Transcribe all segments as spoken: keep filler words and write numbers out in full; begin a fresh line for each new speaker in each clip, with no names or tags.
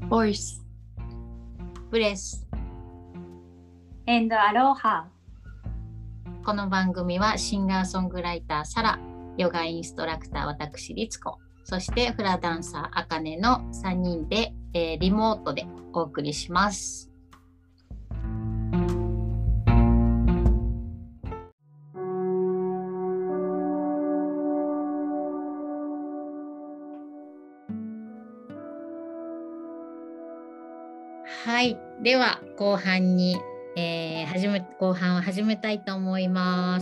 ボイス、
ブレス。
エンドアロハ。
この番組はシンガーソングライターサラ、ヨガインストラクター私リツコ、そしてフラダンサーアカネのさんにんで、えー、リモートでお送りします。はい、では後半に、えー、始め後半を始めたいと思います。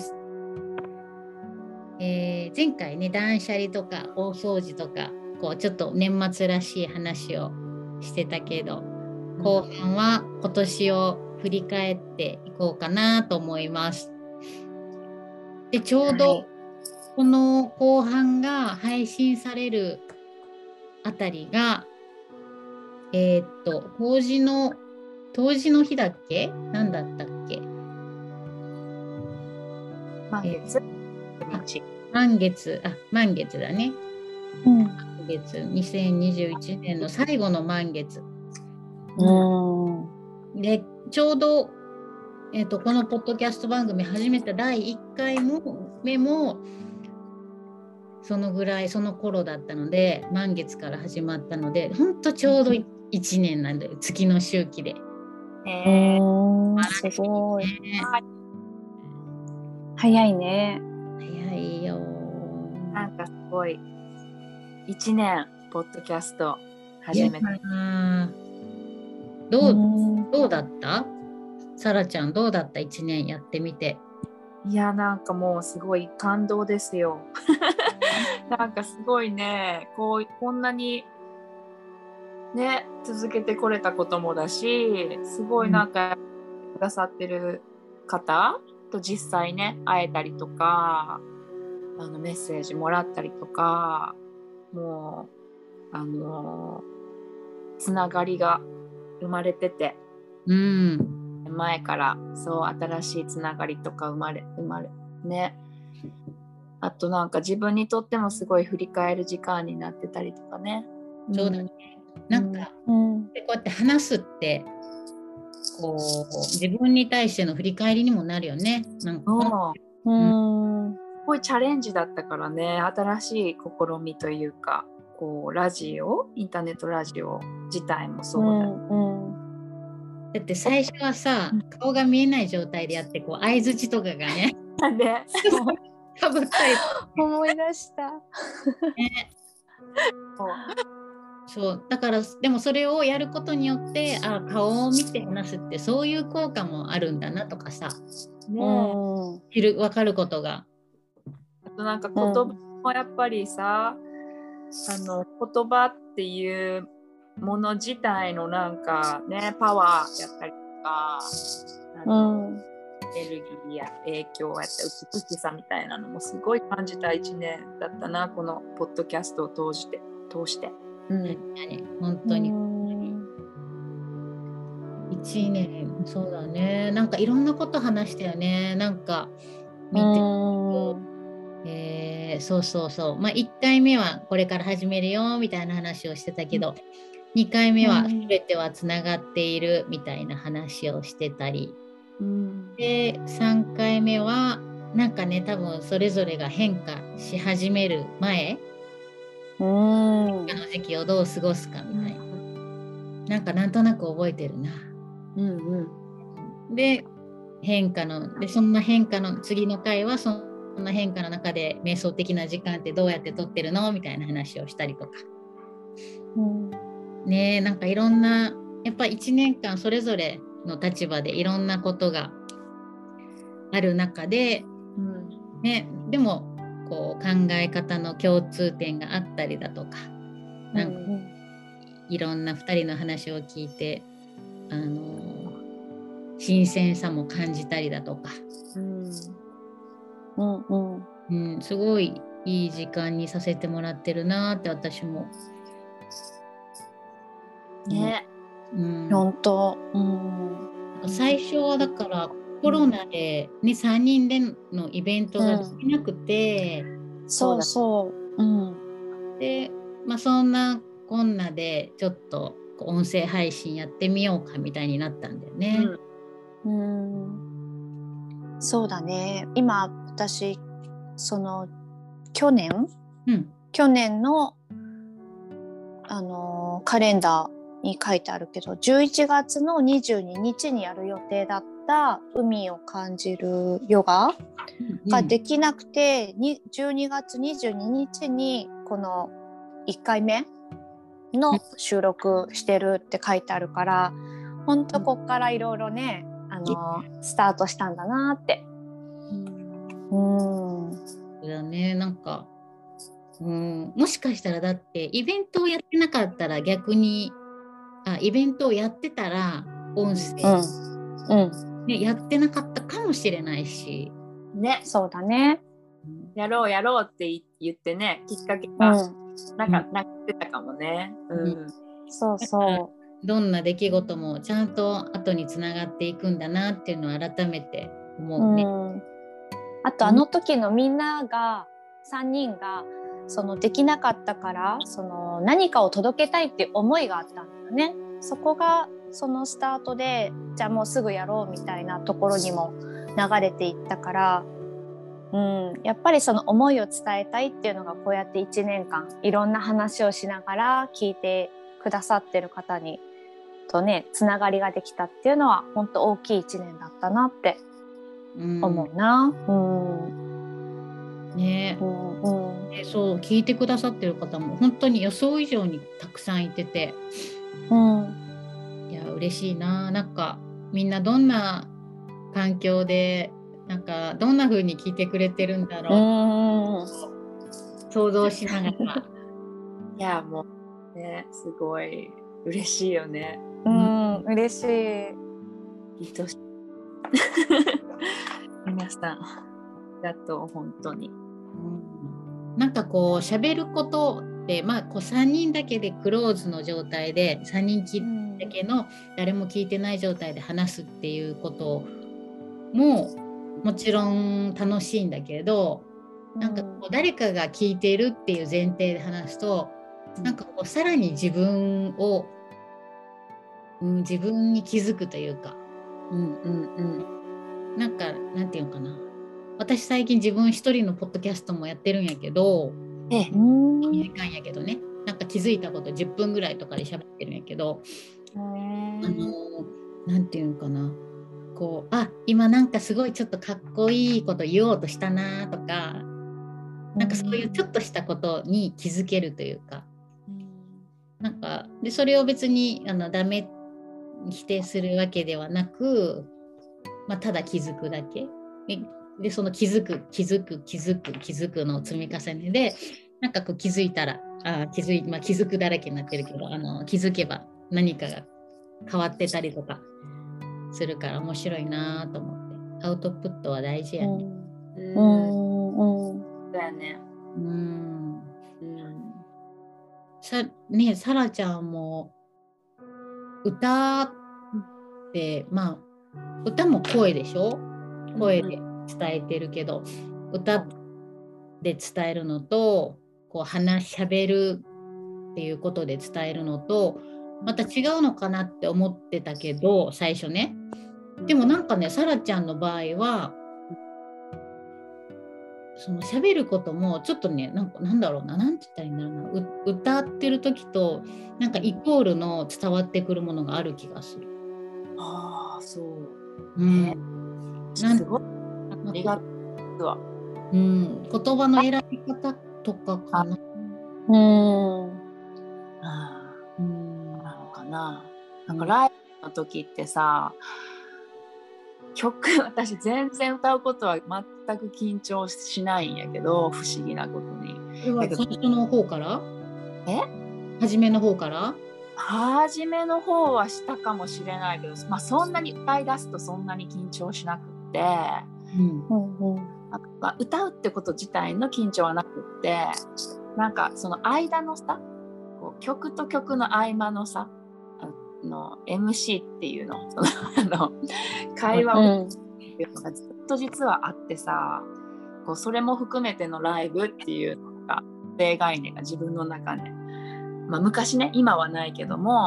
えー、前回ね、断捨離とか大掃除とかこうちょっと年末らしい話をしてたけど、後半は今年を振り返っていこうかなと思います。で、ちょうどこの後半が配信されるあたりがえー、っと冬至の冬至の日だっけ？何だったっけ？
満月、
えー、満月、あ、満月だね。うん、満月、にせんにじゅういちねんの最後の満月。うん、で、ちょうど、えー、っとこのポッドキャスト番組始めただいいっかいめもそのぐらいその頃だったので、満月から始まったので、ほんとちょうどいちねんなんだよ、月の周期で。
えー、すごい。早いね。
早いよ。
なんかすごい。いちねんポッドキャスト始めた。
どう、どうだった？サラちゃんどうだった？いちねんやってみて。
いや、なんかもうすごい感動ですよ。なんかすごいね、こうこんなにね続けてこれたこともだし、すごいなんかくださってる方と実際ね会えたりとか、あのメッセージもらったりとか、もうあのつながりが生まれてて、
うん、
前からそう新しいつながりとか生まれ生まれね。あとなんか自分にとってもすごい振り返る時間になってたりとかね。
そうだね。なんか、うん、でこうやって話すってこう自分に対しての振り返りにもなるよね。なんか、
うん、すごいチャレンジだったからね、新しい試みというか、こうラジオ、インターネットラジオ自体もそうだ、うん
うん、だって最初はさ、顔が見えない状態でやって、こう相づちとかがね
ね
かぶったり
思い出した、
ね、そうだから、でもそれをやることによって、あ、顔を見て話すってそういう効果もあるんだなとかさ、ね、分かることが、
あとなんか言葉もやっぱりさ、あの言葉っていうもの自体のなんかねパワーやったりとか、あの、うん、エネルギーや影響やった美しさみたいなのもすごい感じたいちねんだったな、このポッドキャストを通して通して、
うん、本当にいちねん、そうだね、なんかいろんなこと話したよね。なんか見てえー、そうそうそう、まあ、いっかいめはこれから始めるよみたいな話をしてたけど、うん、にかいめは全てはつながっているみたいな話をしてたり、うん、でさんかいめはなんかね、多分それぞれが変化し始める前、うん、変化の時期をどう過ごすかみたいな、うん、なんかなんとなく覚えてるな、うんうん、で変化のでそんな変化の次の回はそのそんな変化の中で瞑想的な時間ってどうやって取ってるのみたいな話をしたりとか、うん、ねえ、なんかいろんな、やっぱいちねんかんそれぞれの立場でいろんなことがある中で、うんね、でもこう考え方の共通点があったりだとか、なんかいろんなふたりの話を聞いて、あの新鮮さも感じたりだとか、うんうんうんうん、すごいいい時間にさせてもらってるなって私も
ね、うん、本当、うん、
最初はだからコロナで、ね、さんにんでのイベントができなくて、
うん、そうそう、うん、
で、まあ、そんなこんなでちょっと音声配信やってみようかみたいになったんだよね。
うん、うん、そうだね。今私その去年、うん、去年のあのカレンダーに書いてあるけど、じゅういちがつのにじゅうににちにやる予定だった海を感じるヨガができなくて、うん、じゅうにがつにじゅうににちにこのいっかいめの収録してるって書いてあるから、ほんとこっからいろいろね、あのスタートしたんだなって。うん、
そうだね。なんか、うん、もしかしたらだってイベントをやってなかったら逆にあイベントをやってたら音声、うんうんね、やってなかったかもしれないし
ね。そうだね。
やろうやろうって言ってね、きっかけが、うん、なんかなってたかもね、うんうん、
そうそう。
どんな出来事もちゃんと後につながっていくんだなっていうのを改めて思うね。うん、
あとあの時のみんなが、うん、さんにんがそのできなかったからその何かを届けたいっていう思いがあったんだよね。そこがそのスタートで、じゃあもうすぐやろうみたいなところにも流れていったから、うん、やっぱりその思いを伝えたいっていうのがこうやっていちねんかんいろんな話をしながら聞いてくださってる方にとねつながりができたっていうのは本当大きいいちねんだったなって思うな。うん
うんねえ、うんうん、でそう聞いてくださってる方も本当に予想以上にたくさんいてて、うん、いや嬉しいな。なんかみんなどんな環境でなんかどんな風に聞いてくれてるんだろう、うん、想像しながら
いやもうねすごい嬉しいよね。
うん、嬉しい。
愛しい皆さんありがとう本当に、
うん、なんかこう喋ることってまあこうさんにんだけでクローズの状態でさんにんだけの誰も聞いてない状態で話すっていうことももちろん楽しいんだけど、なんかこう誰かが聞いているっていう前提で話すと、なんかこうさらに自分を、うん、自分に気づくというか、うんうんうん、なんかなんていうのかな、私最近自分一人のポッドキャストもやってるんやけど、ええ、短いんやけどね、なんか気づいたことじゅっぷんぐらいとかで喋ってるんやけど、あのなんていうのかな、こうあ今なんかすごいちょっとかっこいいこと言おうとしたなとか、なんかそういうちょっとしたことに気づけるというか、なんかでそれを別にあのダメ否定するわけではなく、まあ、ただ気づくだけで、その気づく気づく気づく気づくの積み重ねで、なんかこう気づいたらあ気づい、まあ、気づくだらけになってるけど、あの気づけば何かが変わってたりとかするから面白いなと思って、アウトプットは大事やね。うん、
うんうん、だよね。うん、
うん、さね、さらちゃんも歌ってまあ歌も声でしょ、声で伝えてるけど、うん、歌で伝えるのとこう話しゃべるっていうことで伝えるのとまた違うのかなって思ってたけど最初ね。でもなんかね、さらちゃんの場合はその喋ることもちょっとね、なんかなんだろうな、なんて言ったらいいんだろうな、う歌ってる時となんかイコールの伝わってくるものがある気がする。
ああ、そう。
うん。
なんすごい。ありがとうわ。
うん。言葉の選び方とかかな。
うん。
ああ。なのかな。なんかライブの時ってさ、曲私全然歌うことは全く緊張しないんやけど、不思議なことに。
それは最初の方から？
え？
初めの方から？
初めの方はしたかもしれないけど、まあ、そんなに歌い出すとそんなに緊張しなくって、うんうんうん、なんか歌うってこと自体の緊張はなくって、なんかその間のさ、こう曲と曲の合間のさ、あの エムシー っていうの、そのあの会話をっていうのがずっと実はあってさ、こうそれも含めてのライブっていうのが固定概念が自分の中で、まあ、昔ね、今はないけども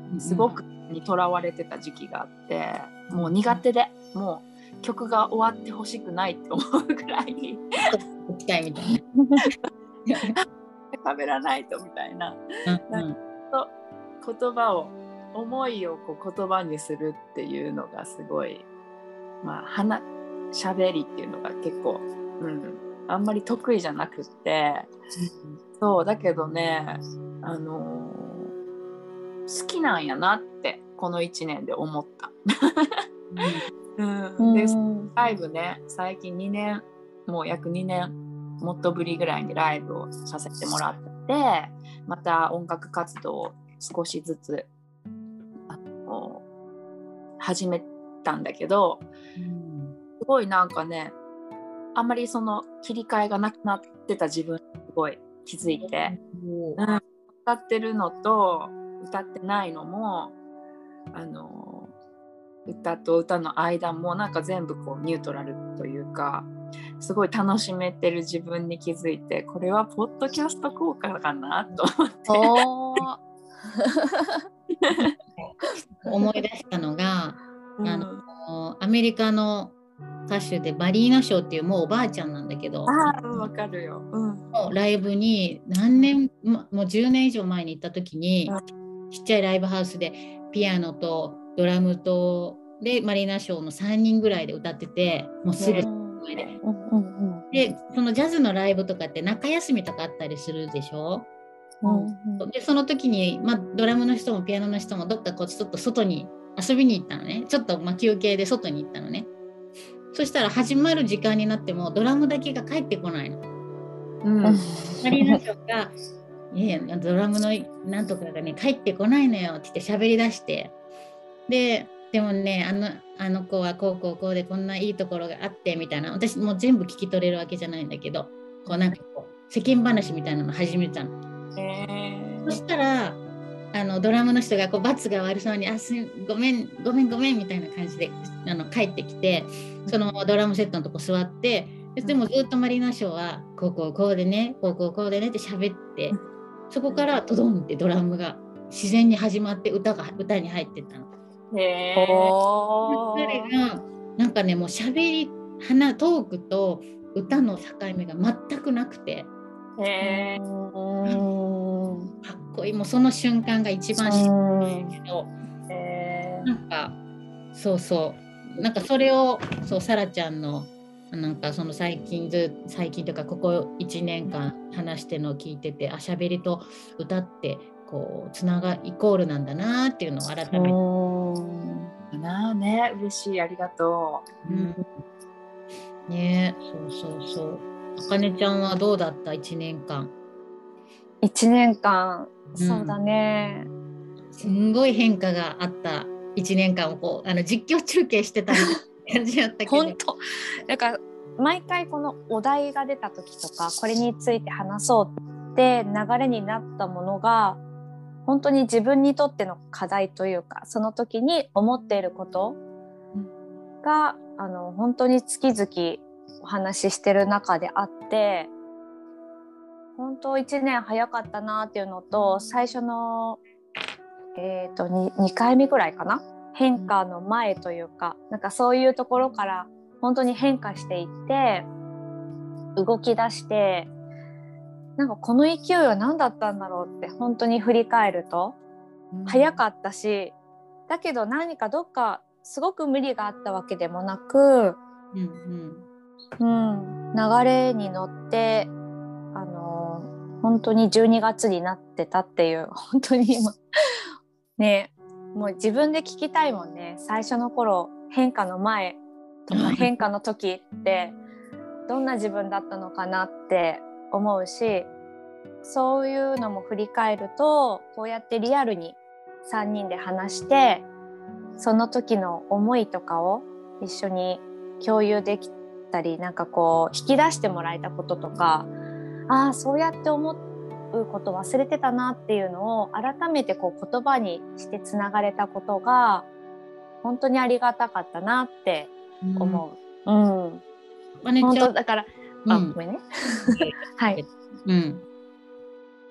すごくにとらわれてた時期があって、もう苦手でもう曲が終わってほしくないって思うぐらい
行きたいみたいな
喋らないとみたいな、うんうん、なんか言葉を思いをこう言葉にするっていうのがすごい、まあ話喋りっていうのが結構、うん、あんまり得意じゃなくって、うん、そうだけどね、あのー、好きなんやなってこのいちねんで思った、うんうん、でライブね、最近にねんもう約にねんもっとぶりぐらいにライブをさせてもらって、また音楽活動を少しずつあの始めたんだけど、うん、すごいなんかね、あんまりその切り替えがなくなってた自分にすごい気づいて、うん、歌ってるのと歌ってないのも、あの歌と歌の間もなんか全部こうニュートラルというか、すごい楽しめてる自分に気づいて、これはポッドキャスト効果かなと思って
思い出したのが、うん、あのアメリカの歌手でバリーナショーっていう、もうおばあちゃんなんだけど、
あ、うん、わかるよ、うん、
ライブに何年もうじゅうねん以上前に行った時に、うん、ちっちゃいライブハウスでピアノとドラムとでマリーナショーのさんにんぐらいで歌ってて、もうすぐ前で、うんうんうん、でそのジャズのライブとかって中休みとかあったりするでしょ、うんうん、でその時に、まあ、ドラムの人もピアノの人もどっかこうちょっと外に遊びに行ったのね。ちょっとまあ休憩で外に行ったのね。そしたら始まる時間になってもドラムだけが帰ってこないの。うん、マリーナショーがいやいやドラムのなんとかがね帰ってこないのよって言って喋り出して、ででもね、あのあの子はこうこうこうでこんないいところがあってみたいな、私もう全部聞き取れるわけじゃないんだけど、こうなんかこう世間話みたいなの始めたの。えー、そしたらあのドラムの人がこう罰が悪そうに、あすごめんごめんごめんみたいな感じであの帰ってきて、そのドラムセットのとこ座って、でもずっとマリーナショーはこうこうこうでねこうこうこうでねって喋って、そこからトドンってドラムが自然に始まって歌が歌に入ってたの。へー、彼がなんかね、もう喋り花トークと歌の境目が全くなくて、へー、かっこいい。もうその瞬間が一番しんどいけど、へー、なんかそうそうなんかそれをそうサラちゃんのなんかその最近ず最近というかここいちねんかん話してるのを聞いてて、あ、しゃべりと歌ってこうつながイコールなんだなっていうのを改めて。
かなね、嬉しい、ありがとう。うん、
ね、そうそうそう。あかねちゃんはどうだったいちねんかん？
いちねんかん、そうだね。
すんごい変化があったいちねんかんをこうあの実況中継してたみたいな感じだったけど。
本当なんか毎回このお題が出た時とかこれについて話そうって流れになったものが本当に自分にとっての課題というか、その時に思っていることが、うん、あの本当に月々お話ししてる中であって、本当いちねん早かったなっていうのと、最初の、えーと、に, にかいめぐらいかな、変化の前というか、なんかそういうところから本当に変化していって動き出して、なんかこの勢いは何だったんだろうって本当に振り返ると、うん、早かったし、だけど何かどっかすごく無理があったわけでもなく、うんうんうん、流れに乗ってあの本当にじゅうにがつになってたっていう、本当に今ね、もう自分で聞きたいもんね。最初の頃、変化の前とか変化の時ってどんな自分だったのかなって思うし、そういうのも振り返ると、こうやってリアルにさんにんで話して、その時の思いとかを一緒に共有できたり、なんかこう引き出してもらえたこととか、ああそうやって思うこと忘れてたなっていうのを改めてこう言葉にしてつながれたことが本当にありがたかったなって思う。うん、うん、本当だから、うん、あ、ごめんねはい、
うん、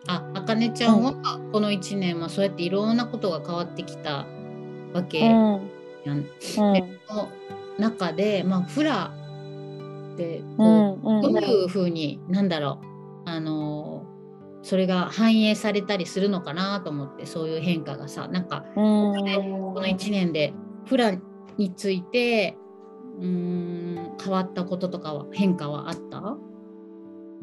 あ、あかねちゃんはこのいちねん、まあ、そうやっていろんなことが変わってきたわけやん。うん、その中で、まあ、フラってこう、うんうん、どういうふうになんだろう、あのそれが反映されたりするのかなと思って、そういう変化がさ、なんか、うん、このいちねんでフラについてうーん変わったこととかは変化はあった？
うん、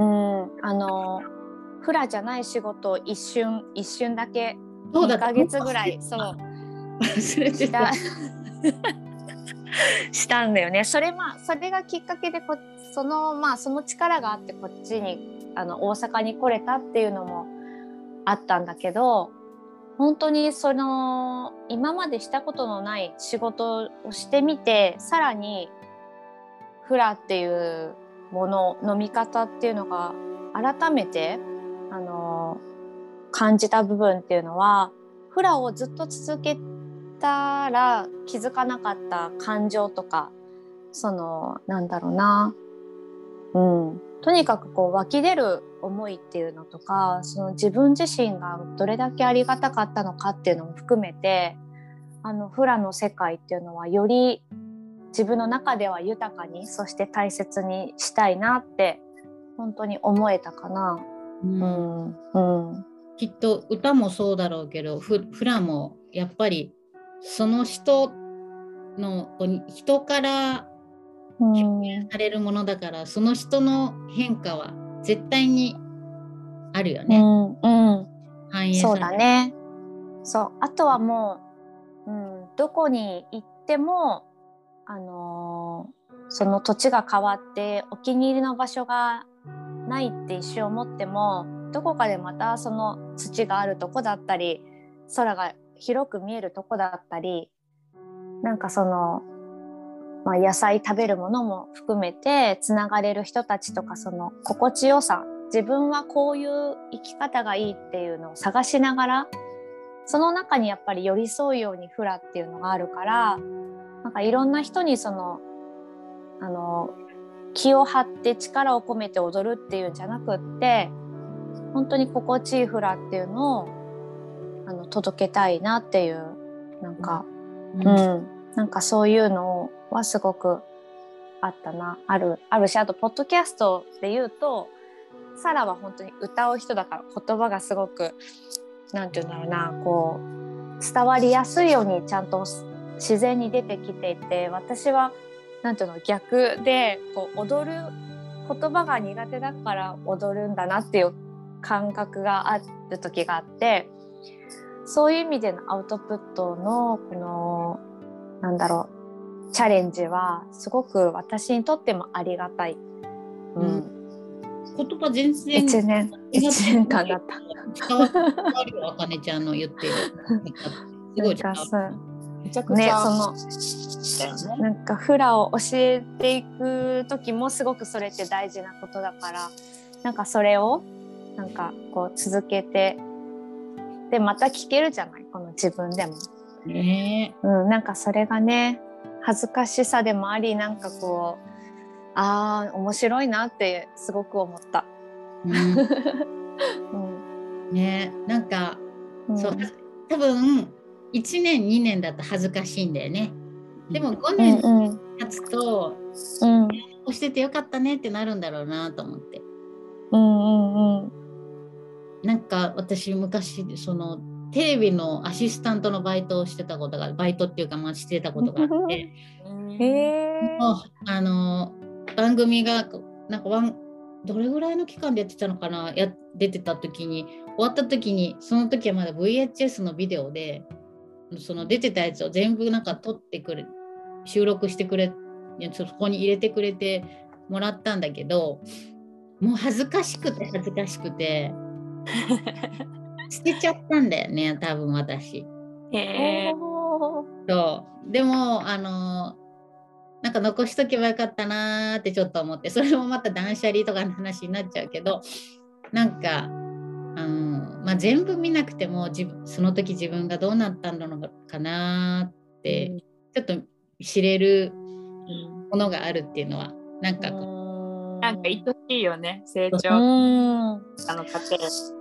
あのフラじゃない仕事を一瞬一瞬だけにかげつぐらいそう
忘れてた
したんだよね。それまあそれがきっかけでこそのまあその力があってこっちにあの大阪に来れたっていうのもあったんだけど、本当にその今までしたことのない仕事をしてみて、さらにフラっていうものの見方っていうのが改めてあの感じた部分っていうのは、フラをずっと続けたら気づかなかった感情とか、そのなんだろうな、うん、とにかくこう湧き出る思いっていうのとか、その自分自身がどれだけありがたかったのかっていうのも含めて、あのフラの世界っていうのはより自分の中では豊かに、そして大切にしたいなって本当に思えたかな。うんうんうん、
きっと歌もそうだろうけど、フ, フラもやっぱりその人の人から表現されるものだから、うん、その人の変化は絶対にあるよね。うん
うん、反映される。そうだね。そう、あとはもう、うん、どこに行ってもあのー、その土地が変わってお気に入りの場所がないって一瞬思っても、どこかでまたその土があるとこだったり、空が広く見えるとこだったり、なんかその、まあ、野菜食べるものも含めてつながれる人たちとか、その心地よさ、自分はこういう生き方がいいっていうのを探しながら、その中にやっぱり寄り添うようにフラっていうのがあるから、なんかいろんな人にそのあの気を張って力を込めて踊るっていうんじゃなくって、本当に心地いいフラっていうのをあの届けたいなっていう、なんか、うん、うん、なんかそういうのはすごくあったな、あるあるし、あとポッドキャストで言うと、サラは本当に歌う人だから言葉がすごくなんていうんだろうな、こう伝わりやすいようにちゃんと自然に出てきていて、私はなんていうの逆で、こう踊る言葉が苦手だから踊るんだなっていう感覚がある時があって、そういう意味でのアウトプットのこのなんだろうチャレンジはすごく私にとってもありがたい。うん、
言葉全然
いちねんいちねんかんだった。
伝わるよ、あかねちゃんの言ってる。すごい伝わる。
めちゃくちゃ、
ね、そのなんかフラを教えていく時もすごくそれって大事なことだから、なんかそれをなんかこう続けて、でまた聞けるじゃない、この自分でも、
ね、
うん、なんかそれがね恥ずかしさでもあり、なんかこうあー面白いなってすごく思った。
うんうん、ね、なんか、うん、そう多分いちねんにねんだと恥ずかしいんだよね。でもごねん経つと、うんうん、教えてよかったねってなるんだろうなと思って。うんうんうん、なんか私昔そのテレビのアシスタントのバイトをしてたことが、バイトっていうかまあしてたことがあってへー、あの番組がなんかワンどれぐらいの期間でやってたのかな、や出てた時に終わった時に、その時はまだ ブイエイチエス のビデオでその出てたやつを全部なんか撮ってくれ、収録してくれ、そこに入れてくれてもらったんだけど、もう恥ずかしくて恥ずかしくて捨てちゃったんだよね、多分私。へー、そうでもあのなんか残しとけばよかったなーってちょっと思って、それもまた断捨離とかの話になっちゃうけど、なんか、うんまあ、全部見なくても自分その時自分がどうなったのかなって、うん、ちょっと知れるものがあるっていうのはなんかこ
うなんか愛しいよね、成長あの過程。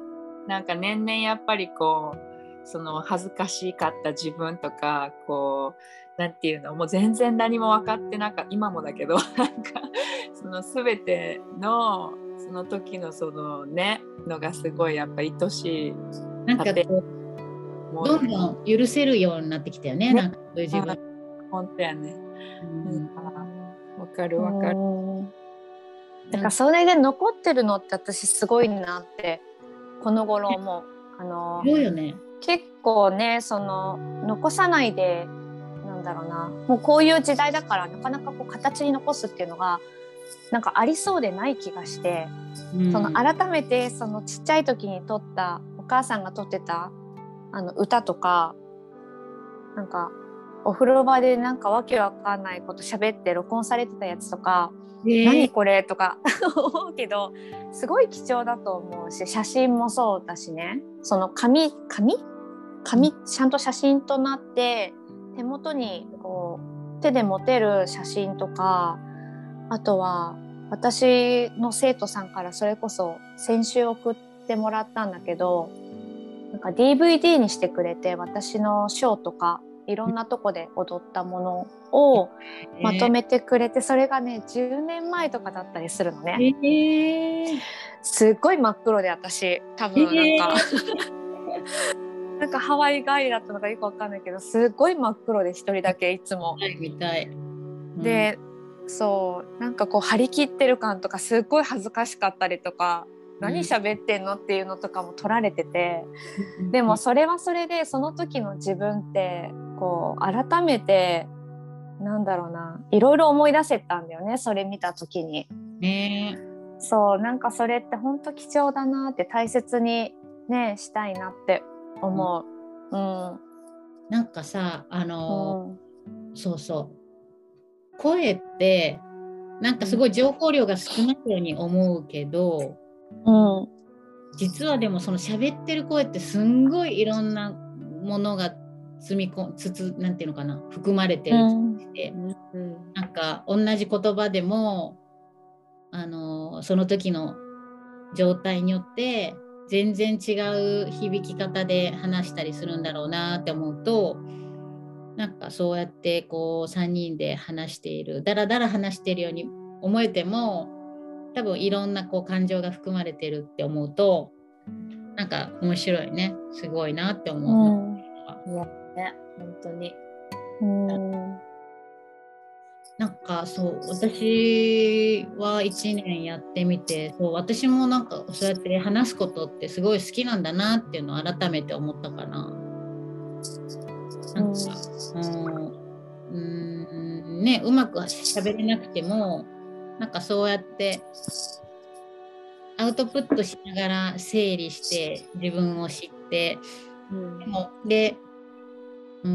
なんか年々やっぱりこうその恥ずかしかった自分とかこうなんていうのもう全然何も分かってなかった今もだけどなんかその全てのその時のそのねのがすごいやっぱ愛しい。
なんかこうどんどん許せるようになってきたよね。ねなんかそういう自分。
本当やね。わ、うん、かるわかる。
だからそれで残ってるのって私すごいなってこの頃思う。あの
そうよね。
結構ねその残さないでなんだろうなもうこういう時代だからなかなかこう形に残すっていうのがなんかありそうでない気がして、うん、その改めてそのちっちゃい時に撮ったお母さんが撮ってたあの歌とかなんかお風呂場でなんかわけわかんないこと喋って録音されてたやつとか、えー、何これとか思うけどすごい貴重だと思うし写真もそうだしねその紙紙紙ちゃんと写真となって手元にこう手で持てる写真とかあとは私の生徒さんからそれこそ先週送ってもらったんだけどなんか ディーブイディー にしてくれて私のショーとかいろんなとこで踊ったものをまとめてくれてそれがねじゅうねんまえとかだったりするのね、えー、すっごい真っ黒で私多分なんか、えー、なんかハワイ帰りだったのかよくわかんないけどすっごい真っ黒で一人だけいつも
見たい、うん、
でそうなんかこう張り切ってる感とかすっごい恥ずかしかったりとか何喋ってんのっていうのとかも撮られてて、うん、でもそれはそれでその時の自分ってこう改めてなんだろうないろいろ思い出せたんだよねそれ見た時に、ね、そうなんかそれって本当貴重だなって大切にねしたいなって思う、うんうん、
なんかさあの、うん、そうそう声ってなんかすごい情報量が少ないように思うけど、うん、実はでもその喋ってる声ってすんごいいろんなものが積みこつつなんていうのかな含まれてるって、うん、なんか同じ言葉でもあのその時の状態によって全然違う響き方で話したりするんだろうなって思うとなんかそうやってこうさんにんで話しているだらだら話しているように思えても多分いろんなこう感情が含まれてるって思うとなんか面白いねすごいなって思う、
うん、いやね本当に、
うん、
なんかそう私はいちねんやってみてそう私もなんかそうやって話すことってすごい好きなんだなっていうのを改めて思ったかな。なんか、うん、うんねうまく喋れなくてもなんかそうやってアウトプットしながら整理して自分を知って、うん、でもでうー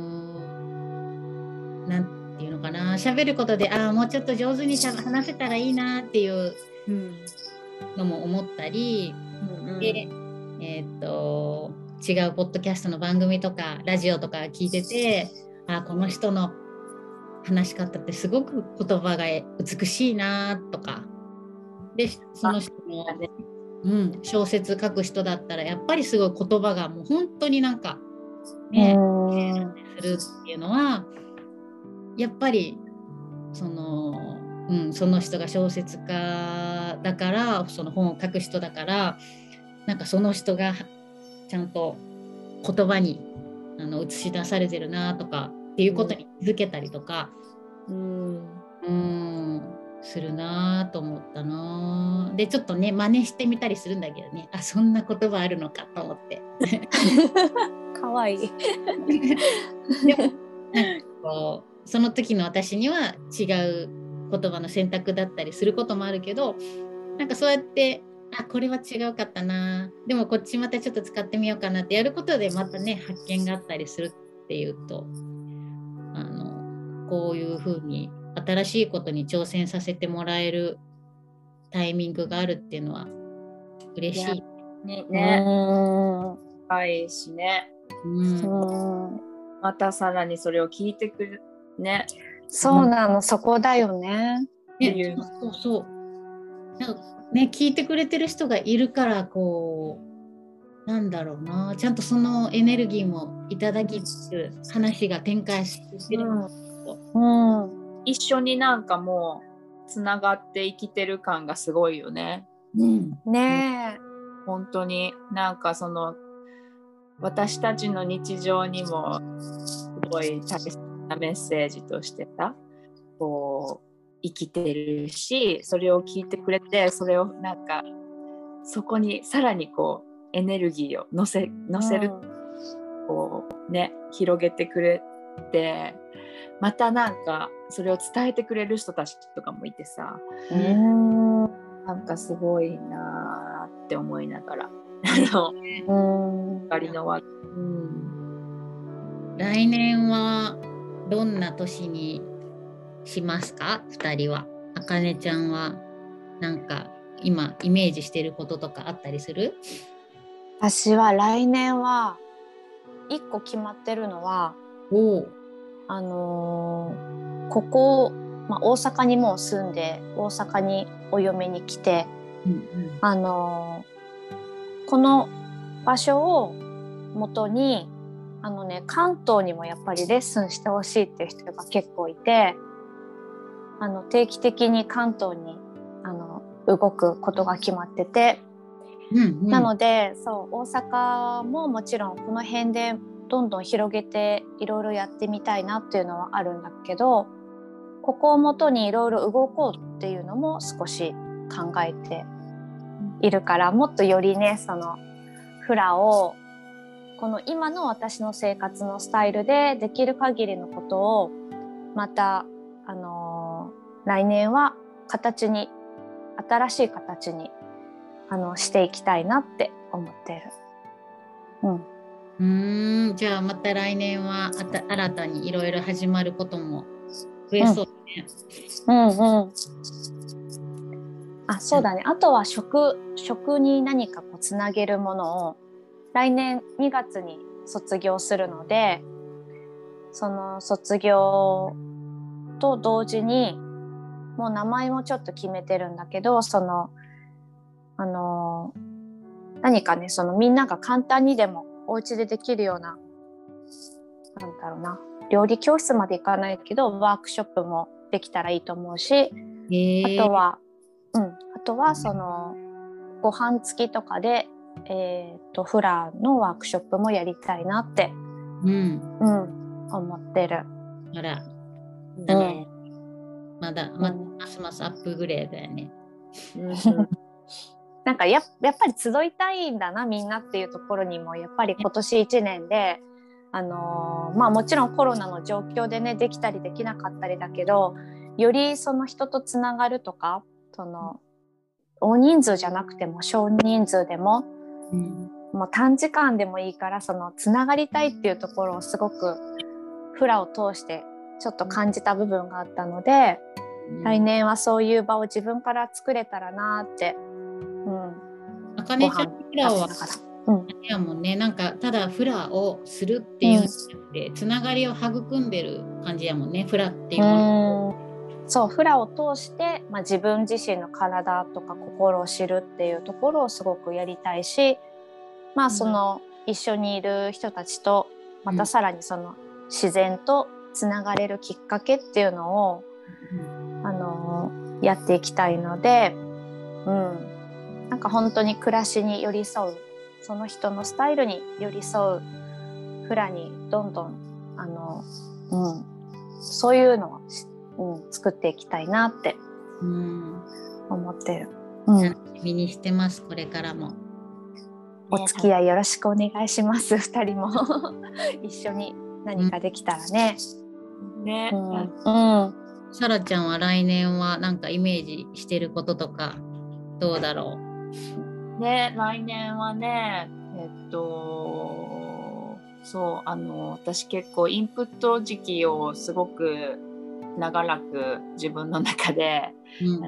んなんていうのかな喋ることでああもうちょっと上手に話せたらいいなっていうのも思ったり、うん、でえー、っと違うポッドキャストの番組とかラジオとか聞いててあこの人の話し方ってすごく言葉が美しいなとかでその人の、うん、小説書く人だったらやっぱりすごい言葉がもう本当になんかねするっていうのはやっぱりその、うん、その人が小説家だからその本を書く人だからなんかその人がちゃんと言葉にあの映し出されてるなとかっていうことに気づけたりとか、うん、うんするなと思ったな。でちょっとね真似してみたりするんだけどねあそんな言葉あるのかと思って
かわいい
でもなんかこうその時の私には違う言葉の選択だったりすることもあるけどなんかそうやってあこれは違うかったなでもこっちまたちょっと使ってみようかなってやることでまたね発見があったりするっていうとあのこういうふうに新しいことに挑戦させてもらえるタイミングがあるっていうのは嬉しい。
ね、ね、はいいしね、うん、またさらにそれを聞いてくるね。
そうなの、うん、そこだよね。
ねそうそうなんかね聞いてくれてる人がいるからこなんだろうな、ちゃんとそのエネルギーもいただきつつ話が展開してる、
うんうん、一緒になんかもうつながって生きてる感がすごいよね。
うん、ねえ、
本当になんかその私たちの日常にもすごい大切なメッセージとしてさ、こう生きてるし、それを聞いてくれて、それをなんかそこにさらにこうエネルギーを乗せ、乗せる、うん、こうね、広げてくれて、またなんかそれを伝えてくれる人たちとかもいてさ、うん、なんかすごいなって思いながらうん、光の輪、うん、
来年はどんな年にしますか、ふたりは。あかねちゃんはなんか今イメージしてることとかあったりする？
私は来年はいっこ決まってるのは、
お
あのー、ここ、まあ、大阪にもう住んで大阪にお嫁に来て、うんうん、あのー、この場所を元にあのね、関東にもやっぱりレッスンしてほしいっていう人が結構いて、あの定期的に関東にあの動くことが決まってて、うんうん、なのでそう大阪ももちろんこの辺でどんどん広げていろいろやってみたいなっていうのはあるんだけど、ここをもとにいろいろ動こうっていうのも少し考えているから、もっとよりねそのフラをこの今の私の生活のスタイルでできる限りのことをまた、あのー、来年は形に新しい形にあのしていきたいなって思ってる。
うん、うーん、じゃあまた来年はあた新たにいろいろ始まることも増えそうね。
うん、うんうん。あ、そうだね。あとは食食に何かこうつなげるものを来年にがつに卒業するので、その卒業と同時にもう名前もちょっと決めてるんだけど、そのあの何かね、そのみんなが簡単にでもお家でできるような、なんだろうな、料理教室までいかないけどワークショップもできたらいいと思うし、えー、あとは、うん、あとはそのご飯付きとかで、えー、とフラのワークショップもやりたいなって、うんうん、思ってる。
あら、だね、うん、まだ、ま、ますますアップグレードだよね。
なんか や, やっぱり集いたいんだなみんなっていうところにもやっぱり今年いちねんで、あのーまあ、もちろんコロナの状況でねできたりできなかったりだけど、よりその人とつながるとか、その大人数じゃなくても少人数でも、うん、もう短時間でもいいからそのつながりたいっていうところをすごくフラを通してちょっと感じた部分があったので、うん、来年はそういう場を自分から作れたらなって。
あかねちゃんのフラはあれやもんね、なんかただフラをするっていうんじゃなくて、うん、つながりを育んでる感じやもんね、フラっていうもの。
そう、フラを通して、まあ、自分自身の体とか心を知るっていうところをすごくやりたいし、まあその、うん、一緒にいる人たちとまたさらにその自然とつながれるきっかけっていうのを、うん、あのやっていきたいので、うん、なんか本当に暮らしに寄り添う、その人のスタイルに寄り添うフラにどんどんあの、うん、そういうのをうん、作っていきたいなって思ってる。
楽しみにしてます、これからも。
お付き合いよろしくお願いします。ふたりも一緒に何かできたらね。
うん、ね。うん。
さらちゃんは来年は何かイメージしてることとかどうだろ
う？ね、来年はね、えっとそうあの私結構インプット時期をすごく長らく自分の中で、うん、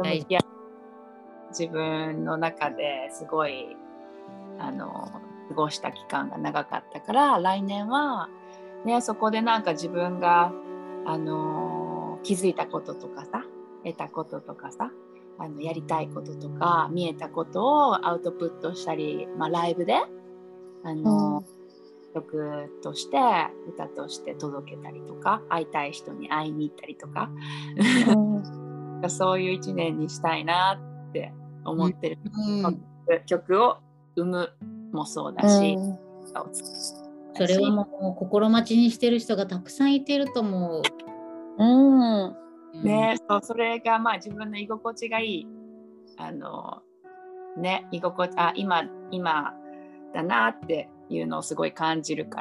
自分の中ですごいあの過ごした期間が長かったから、来年は、ね、そこでなんか自分があの気づいたこととかさ、得たこととかさ、 あのやりたいこととか見えたことをアウトプットしたり、まあ、ライブであの、うん、曲として歌として届けたりとか、会いたい人に会いに行ったりとか、うん、そういう一年にしたいなって思ってる、うん、曲を生むもそうだし、うん、
それはもう心待ちにしてる人がたくさんいてると思う。
うんね、そう、それがまあ自分の居心地がいい、あのね、居心地、あ、今今だなっていうのをすごい感じるから、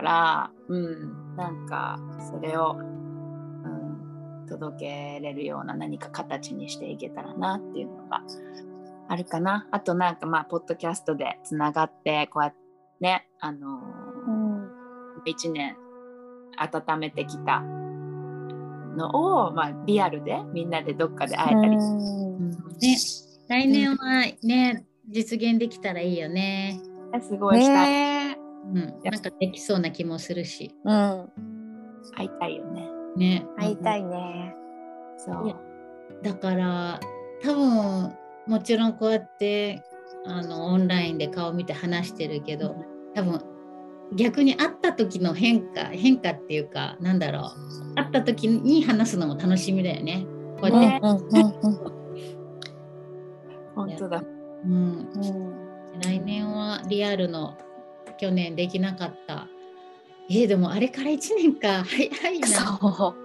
うん、なんかそれを、うん、届けれるような何か形にしていけたらなっていうのがあるかな。あとなんかまあポッドキャストでつながってこうやってね、あのーうん、いちねん温めてきたのを、まあ、リアルでみんなでどっかで会えたり、うん
ね、来年はね、実現できたらいいよね。
すごいしたい、ね、
うん、なんかできそうな気もするし、
うん、会いたいよね。
ね、
会いたいね。
そう
だから多分もちろんこうやってあのオンラインで顔見て話してるけど、多分逆に会った時の変化変化っていうか、なんだろう、会った時に話すのも楽しみだよね。こうやって、うんうんうんうん、
本当だ、
うんうん、来年はリアルの去年できなかった、えー、でもあれからいちねんか、早いな。そう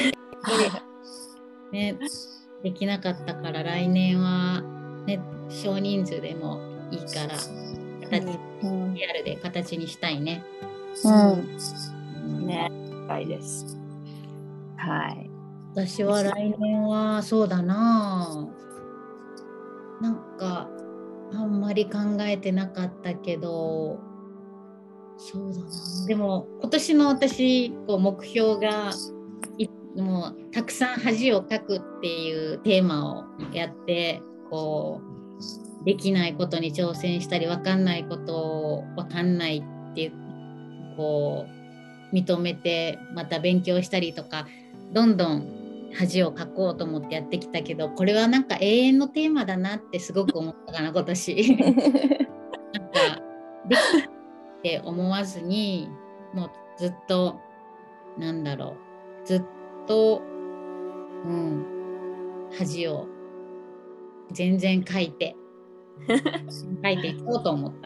ね、できなかったから来年は、ね、少人数でもいいから形、うん、リアルで形にしたいね。
うん、ね、したいです。はい。
私は来年はそうだな、なんかあんまり考えてなかったけど、そうだな、でも今年の私こう目標がもうたくさん恥をかくっていうテーマをやって、こうできないことに挑戦したり、分かんないことを分かんないってこう認めてまた勉強したりとか、どんどん恥をかこうと思ってやってきたけど、これはなんか永遠のテーマだなってすごく思ったかな今年なんかできたって思わずに、もうずっとなんだろう、ずっと、うん、恥を全然かいて書いていこうと思った。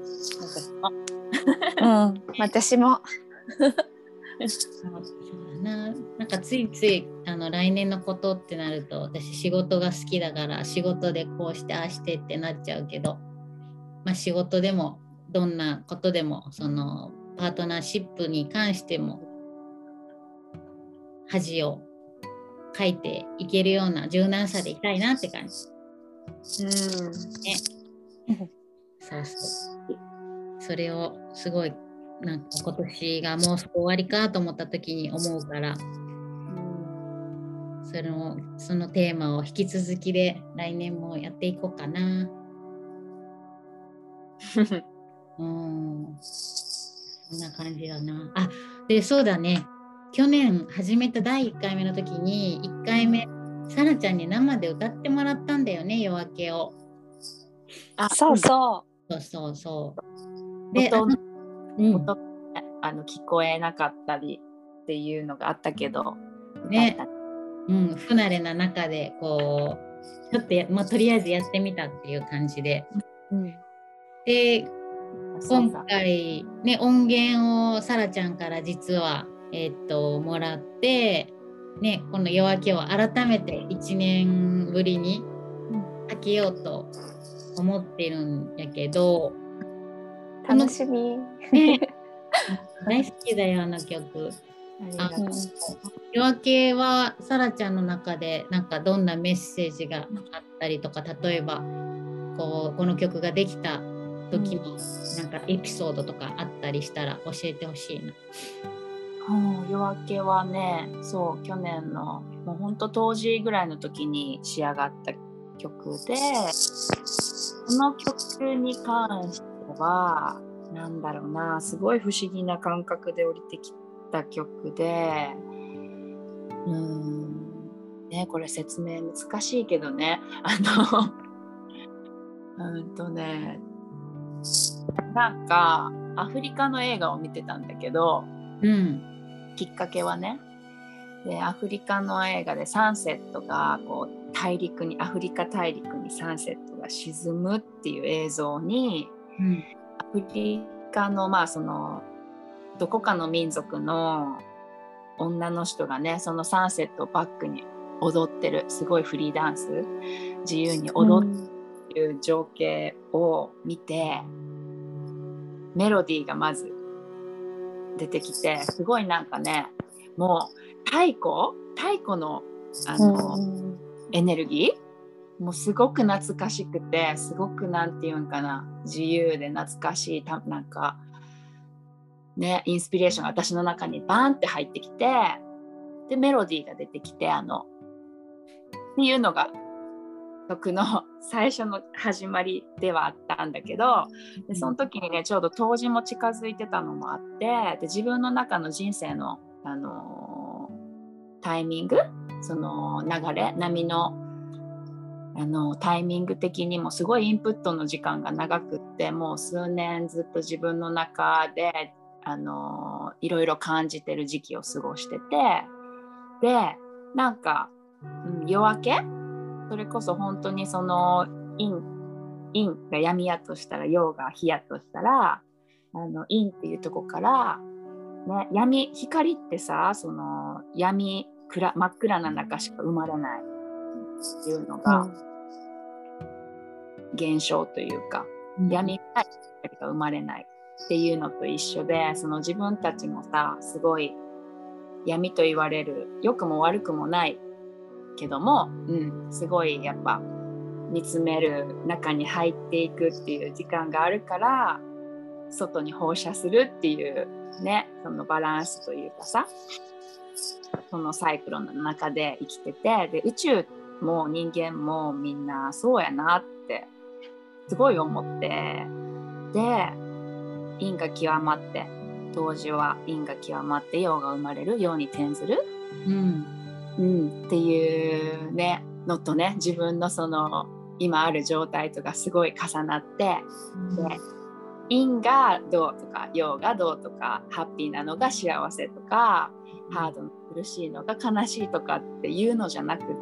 うん、私も
そうだな、なんかついついあの来年のことってなると、私仕事が好きだから仕事でこうしてああしてってなっちゃうけど、まあ、仕事でもどんなことでもそのパートナーシップに関しても恥をかいていけるような柔軟さでいたいなって感じ。うんね、そうそう。それをすごいなんか今年がもうすぐ終わりかと思った時に思うから、うん、そのそのテーマを引き続きで来年もやっていこうかな。うん、そんな感じだな。あ、でそうだね。去年始めただいいっかいめの時にいっかいめさなちゃんに生で歌ってもらったんだよね、夜明けを。
あ、そうそう。
そうそうそう。
で、音、うん、音あの聞こえなかったりっていうのがあったけど、
ね、うん、不慣れな中でこうちょっとや、まあ、とりあえずやってみたっていう感じで、うん、で今回ね音源をさらちゃんから実は、えー、っともらって、ね、この夜明けを改めていちねんぶりにかけようと思ってるんやけど、
楽しみ、
ね、大好きだよあの曲。あ、夜明けはさらちゃんの中でなんかどんなメッセージがあったりとか、例えばこうこの曲ができた時のなんかエピソードとかあったりしたら教えてほしいな。
うん、夜明けはね、そう去年のもうほんと当時ぐらいの時に仕上がった曲で、この曲に関してはなんだろうな、すごい不思議な感覚で降りてきた曲で、うんね、これ説明難しいけどね、あのうんとねなんかアフリカの映画を見てたんだけど、
うん、
きっかけはね、でアフリカの映画でサンセットがこう大陸にアフリカ大陸にサンセットが沈むっていう映像に、
うん、
アフリカのまあそのどこかの民族の女の人がねそのサンセットをバックに踊ってる、すごいフリーダンス自由に踊ってるっていう情景を見て、うん、メロディーがまず出てきて、すごいなんかねもう太鼓太鼓のあの、うん、エネルギーもうすごく懐かしくて、すごくなんていうんかな、自由で懐かしいたなんかねインスピレーションが私の中にバーンって入ってきて、でメロディーが出てきて、あのっていうのが曲の最初の始まりではあったんだけど、でその時にねちょうど冬至も近づいてたのもあって、で自分の中の人生の、あのー、タイミング、その流れ波の、あのタイミング的にもすごいインプットの時間が長くって、もう数年ずっと自分の中で、あのー、いろいろ感じてる時期を過ごしてて、でなんか、うん、夜明け、それこそ本当にその陰、陰が闇やとしたら陽が日やとしたら、あの陰っていうとこから、ね、闇光ってさ、その闇暗真っ暗な中しか生まれないっていうのが、うん、現象というか、うん、闇が光が生まれないっていうのと一緒で、その自分たちもさすごい闇と言われる良くも悪くもないけども、うん、すごいやっぱ見つめる中に入っていくっていう時間があるから、外に放射するっていうね、そのバランスというかさ、そのサイクロンの中で生きてて、で宇宙も人間もみんなそうやなってすごい思って、で陰が極まって、冬至は陰が極まって陽が生まれる、陽に転ずる、うんうん、っていうねのとね、自分のその今ある状態とかすごい重なって、うん、で陰がどうとか陽がどうとか、ハッピーなのが幸せとか、うん、ハードの苦しいのが悲しいとかっていうのじゃなくって、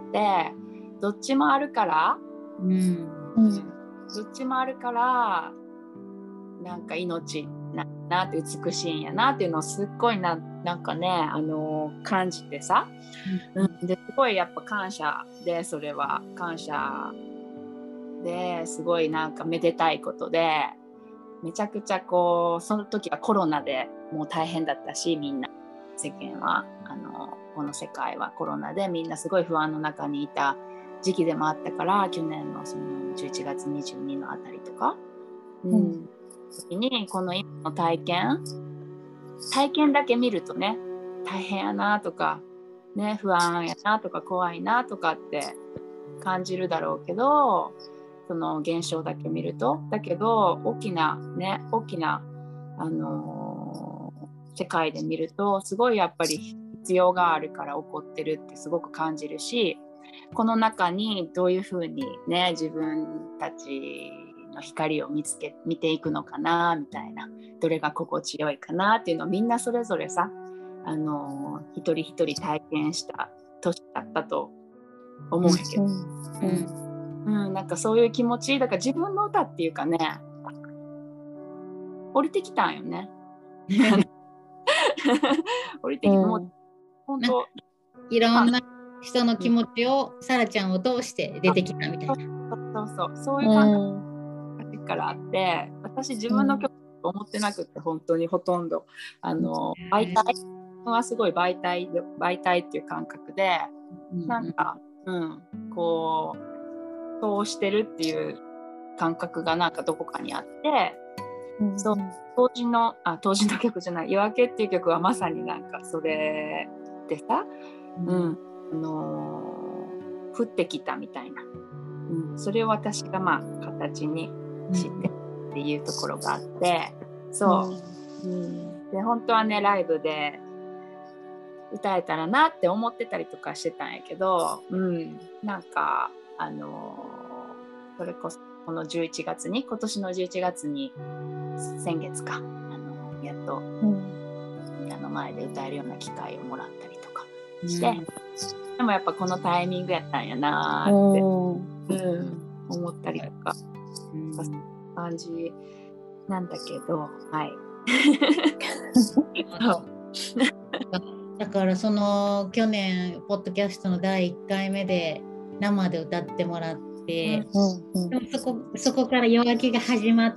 どっちもあるから、うんうん、どっちもあるからなんか命ななって美しいんやなっていうのをすっごい な, なんかね、あのー、感じてさ、うん、ですごいやっぱ感謝で、それは感謝ですごいなんかめでたいことで、めちゃくちゃこうその時はコロナでもう大変だったし、みんな世間はあのこの世界はコロナでみんなすごい不安の中にいた時期でもあったから、去年のそのじゅういちがつにじゅうにのあたりとか、うんうん時にこの今の体験体験だけ見るとね、大変やなとかね、不安やなとか怖いなとかって感じるだろうけど、その現象だけ見ると、だけど大きなね大きな、あのー、世界で見るとすごいやっぱり必要があるから起こってるってすごく感じるし、この中にどういうふうにね自分たちの光を見つけ見ていくのかなみたいな、どれが心地よいかなっていうのをみんなそれぞれさ、あのー、一人一人体験した年だったと思うんやけど、うんうんうん、なんかそういう気持ちだから、自分の歌っていうかね降りてきたんよね降りてきて、もう本当
いろんな人の気持ちをさらちゃんを通して出てきたみたいな、
そうそうそう、そういう感覚からあって、私自分の曲と思ってなくって、本当にほとんどあの媒体はすごい媒体媒体っていう感覚で、なんか、うん、こう通してるっていう感覚がなんかどこかにあって、うん、そう当時のあ当時の曲じゃない夜明けっていう曲はまさになんかそれでさ、うん、あのー、降ってきたみたいな、うん、それを私がまあ形にしてっていうところがあって、そう、うんうん、で本当はねライブで歌えたらなって思ってたりとかしてたんやけど、うん、なんかあのそれこそこのじゅういちがつに今年のじゅういちがつに先月かあのやっと、うん、みんなの前で歌えるような機会をもらったりとかして、うん、でもやっぱこのタイミングやったんやなって、うん、思ったりとか、うん、感じなんだけど、はい
だからその去年ポッドキャストのだいいっかいめで生で歌ってもらって、うんうん、でもそこ、そこから夜明けが始まって、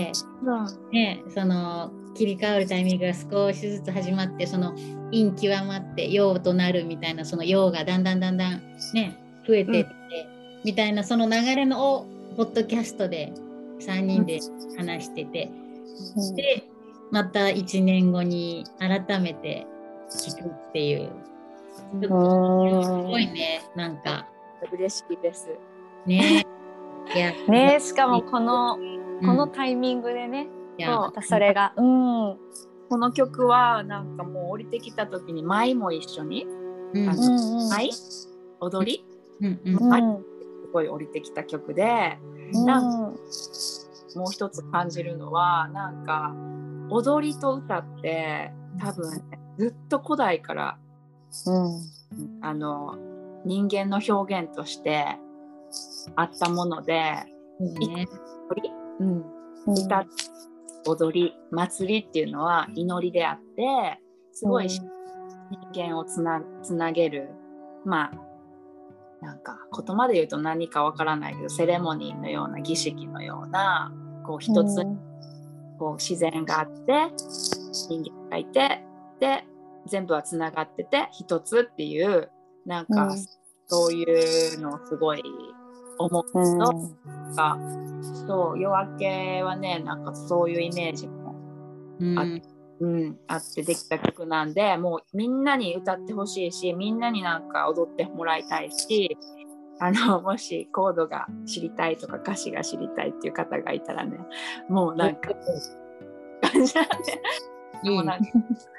うんね、その切り替わるタイミングが少しずつ始まって、その陰極まって陽となるみたいな、その陽がだんだんだんだんね増えてって、うん、みたいなその流れのをポッドキャストでさんにんで話してて、うん、でまたいちねんごに改めて聞くっていう、すごいね、なんか
嬉しいです
ね。いやね、しかもこの、うん、このタイミングでね、そう、それが、うん、
この曲はなんかもう降りてきた時に舞も一緒に、うん、あの舞、踊り、うんうん、舞すごい降りてきた曲で、うん、なんかもう一つ感じるのはなんか踊りと歌って多分、ね、ずっと古代から、うん、あの人間の表現としてあったもので、うんねうん、歌、踊り、祭りっていうのは祈りであってすごい人間をつな、つなげる、まあなんか言葉で言うと何かわからないけどセレモニーのような儀式のようなこう一つ、うん、こう自然があって人間がいてで全部はつながってて一つっていうなんか、うん、そういうのをすごい思うの、うん、かそう夜明けはねなんかそういうイメージもあって、うんうん、あってできた曲なんでもうみんなに歌ってほしいしみんなになんか踊ってもらいたいしあのもしコードが知りたいとか歌詞が知りたいっていう方がいたらねもうなんか感じなんでもうなんか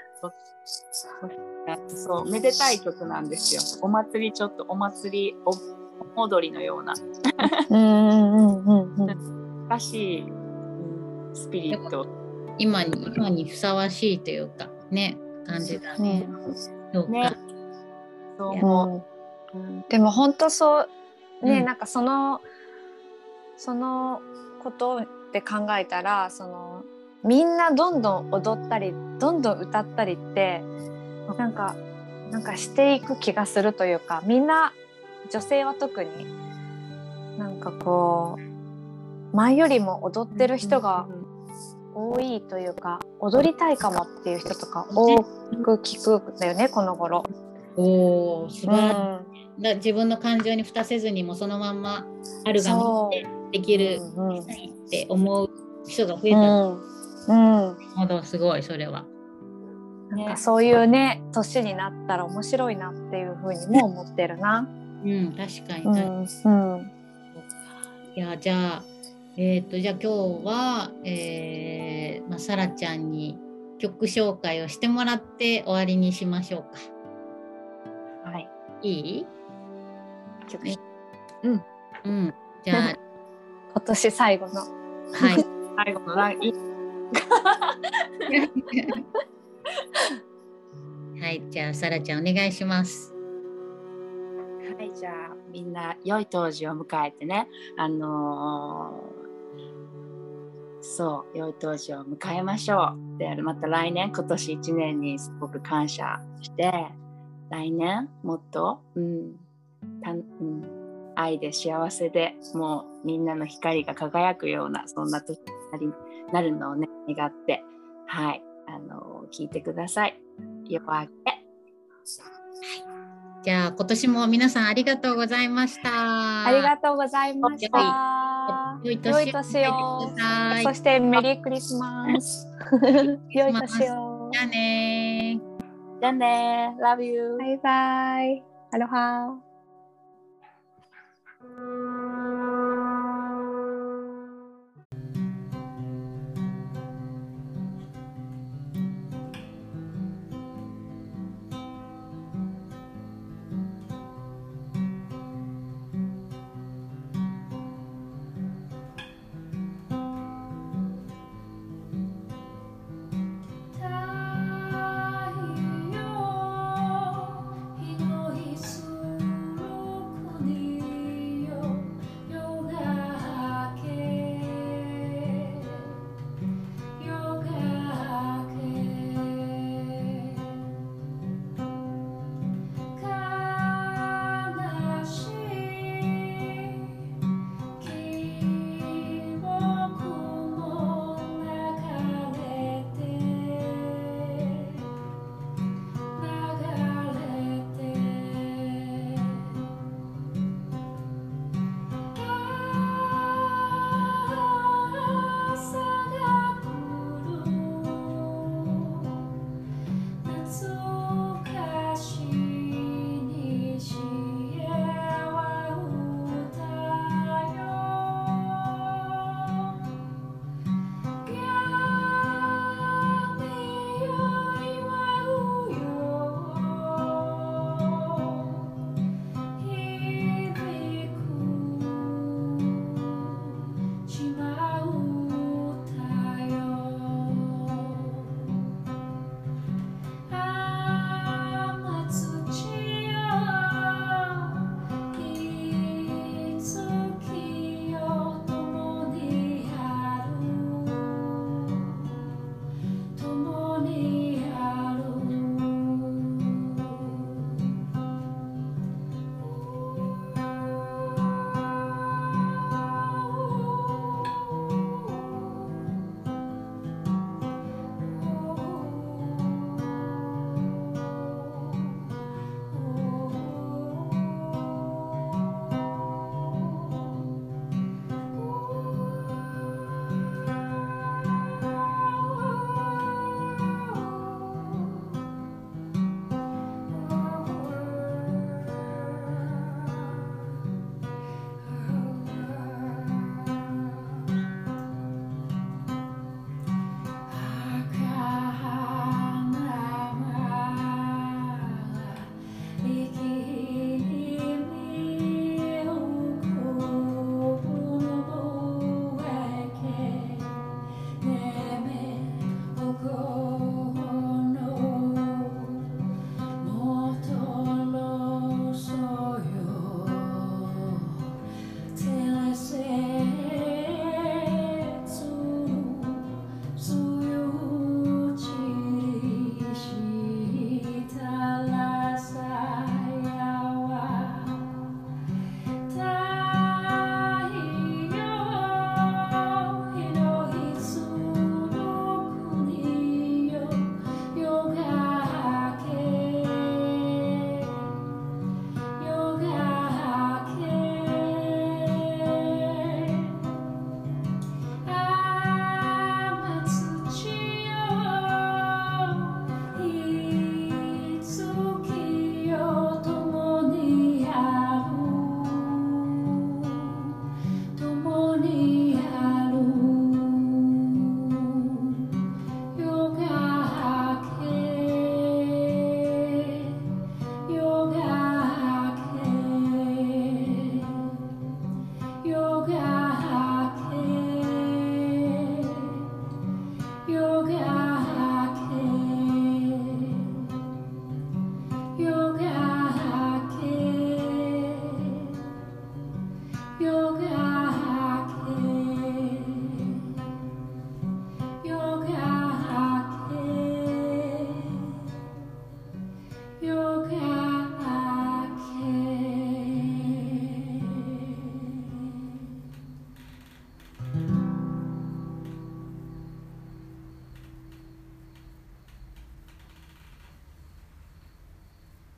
そうめでたい曲なんですよ。お祭りちょっとお祭り お, 踊りのような難しい、うん、スピリット
今に今にふさわしいというかね感じだね。うん、そうか、ね、
そう思う、うん、でも本当そうね、うん、なんかそのそのことで考えたらそのみんなどんどん踊ったりどんどん歌ったりってなんかなんかしていく気がするというかみんな女性は特になんかこう前よりも踊ってる人が多いというか踊りたいかもっていう人とか多く聞くんだよねこの頃。
おー素晴らしい、うん、だ自分の感情に蓋せずにもそのまんまあるがままでできるって思う人が増えた、うんうん、すごいそれは。
なんかそういうね年になったら面白いなっていうふうにも思ってるな。
うん、確かに、うんうん、いやじゃあえっとじゃあ今日は、えーまあ、さらちゃんに曲紹介をしてもらって終わりにしましょうか。
はい。
いい？
曲、
ね、うんうんじゃあ
今年最後の
はい
最後のライン
はい、じゃあさらちゃんお願いします。
はい、じゃあみんな良い冬至を迎えてね、あのー、そう良い冬至を迎えましょう。で、また来年今年いちねんにすごく感謝して、来年もっと、うんたうん、愛で幸せでもうみんなの光が輝くようなそんな年になるのをね願って、はい、あのー、聞いてください。夜明け。
じゃあ今年も皆さんありがとうございました。
ありがとうございました。良い年を。そしてメリークリスマス。良い年を。
じゃあね。
じゃあね。Love you。
バイバイ。アロハ。